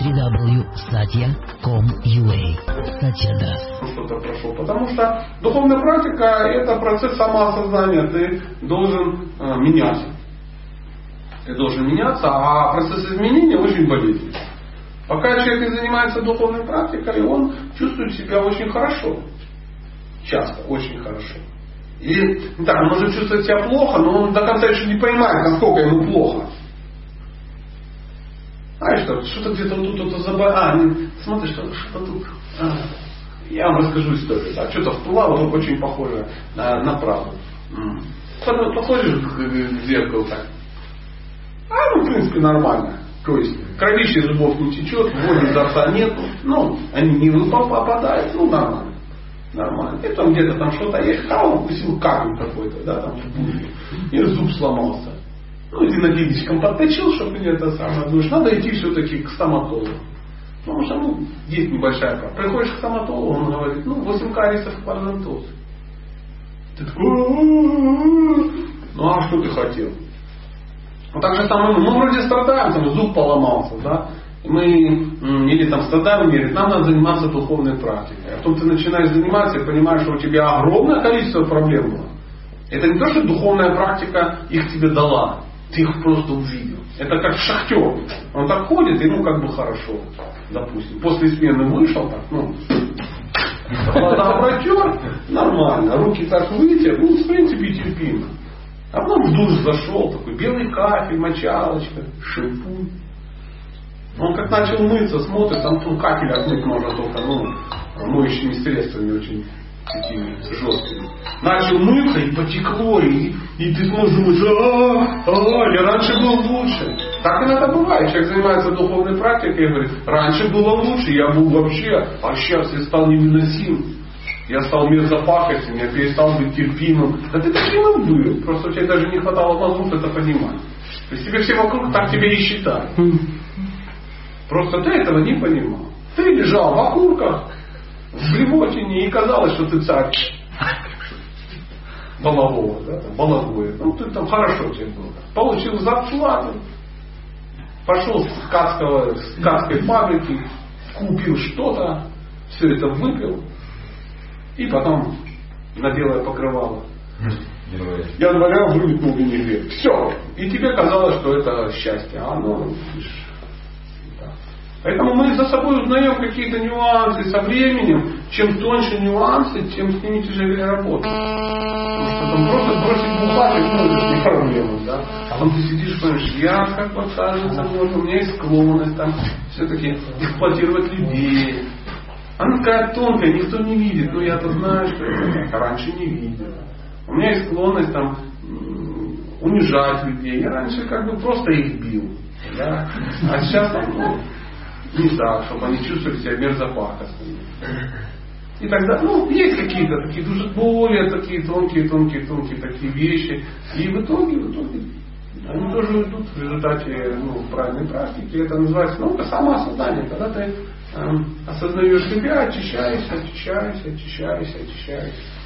www.satya.com.ua Satya Что-то прошел. Потому что духовная практика — это процесс самоосознания. Ты должен меняться. Ты должен меняться, а процесс изменения очень болезненный. Пока человек не занимается духовной практикой, он чувствует себя очень хорошо. Часто, очень хорошо. И так, он может чувствовать себя плохо, но он до конца еще не понимает, насколько ему плохо. Знаешь, что-то где-то вот тут смотри, что-то тут. Я вам расскажу историю. Да, что-то всплывало, очень похоже на правду. Подходишь к зеркалу так. В принципе, нормально. То есть, кровище из зубов не течет, воли изо рта нет, они не попадают, нормально. Нормально. И там где-то там что-то есть, он укусил камень какой-то, да, там в буре, и зуб сломался. Иди напильничком подточил, чтобы не это самое. Думаешь, надо идти все-таки к стоматологу. Потому что, есть небольшая проблема. Приходишь к стоматологу, он говорит, 8 кариесов и пародонтоз. Ты такой, а что ты хотел? Так же самое, мы вроде страдаем, там зуб поломался, да? Или там страдаем, говорит, нам надо заниматься духовной практикой. А потом ты начинаешь заниматься и понимаешь, что у тебя огромное количество проблем было. Это не то, что духовная практика их тебе дала. Ты их просто увидел. Это как шахтер. Он так ходит, ему как бы хорошо. Допустим. После смены вышел, так, глаза протер, нормально. Руки так вытер, в принципе, терпимо. А потом в душ зашел, такой белый кафель, мочалочка, шампунь. Он как начал мыться, смотрит, там кафель отмыть можно только, моющими средствами очень такими жесткими. Начал мыться и потекло, и ты смотришь, думаешь, я раньше был лучше. Так иногда бывает. Человек занимается духовной практикой и говорит, раньше было лучше, я был вообще, а сейчас я стал невыносим. Я стал мерзопакостью, я перестал быть терпимым. Да ты таким и был. Просто у тебя даже не хватало мозгов это понимать. То есть тебе все вокруг так тебя и считают. Просто ты этого не понимал. Ты лежал в окурках, в блевотине, и казалось, что ты царь балового, да, балагуя. Ты там хорошо тебе было. Получил зарплату, пошел с ткацкой фабрики, купил что-то, все это выпил, и потом на белое покрывало. Января вынет ноги не грех. Все. И тебе казалось, что это счастье. А оно... Поэтому мы за собой узнаем какие-то нюансы со временем. Чем тоньше нюансы, тем с ними тяжелее работать. Потому что там просто бросить бухать, это не проблема. Да? А вот ты сидишь, понимаешь, я как бы кажется, вот, у меня есть склонность там все-таки эксплуатировать людей. Она такая тонкая, никто не видит. Но я-то знаю, что это так. А раньше не видел. У меня есть склонность там унижать людей. Я раньше как бы просто их бил. Да? А сейчас там, не так, чтобы они чувствовали себя мерзопакостными. И тогда, есть какие-то такие уже более такие тонкие такие вещи. И в итоге они тоже идут в результате правильной практики. Это называется наука самоосознания. Когда ты осознаешь себя, очищаешься.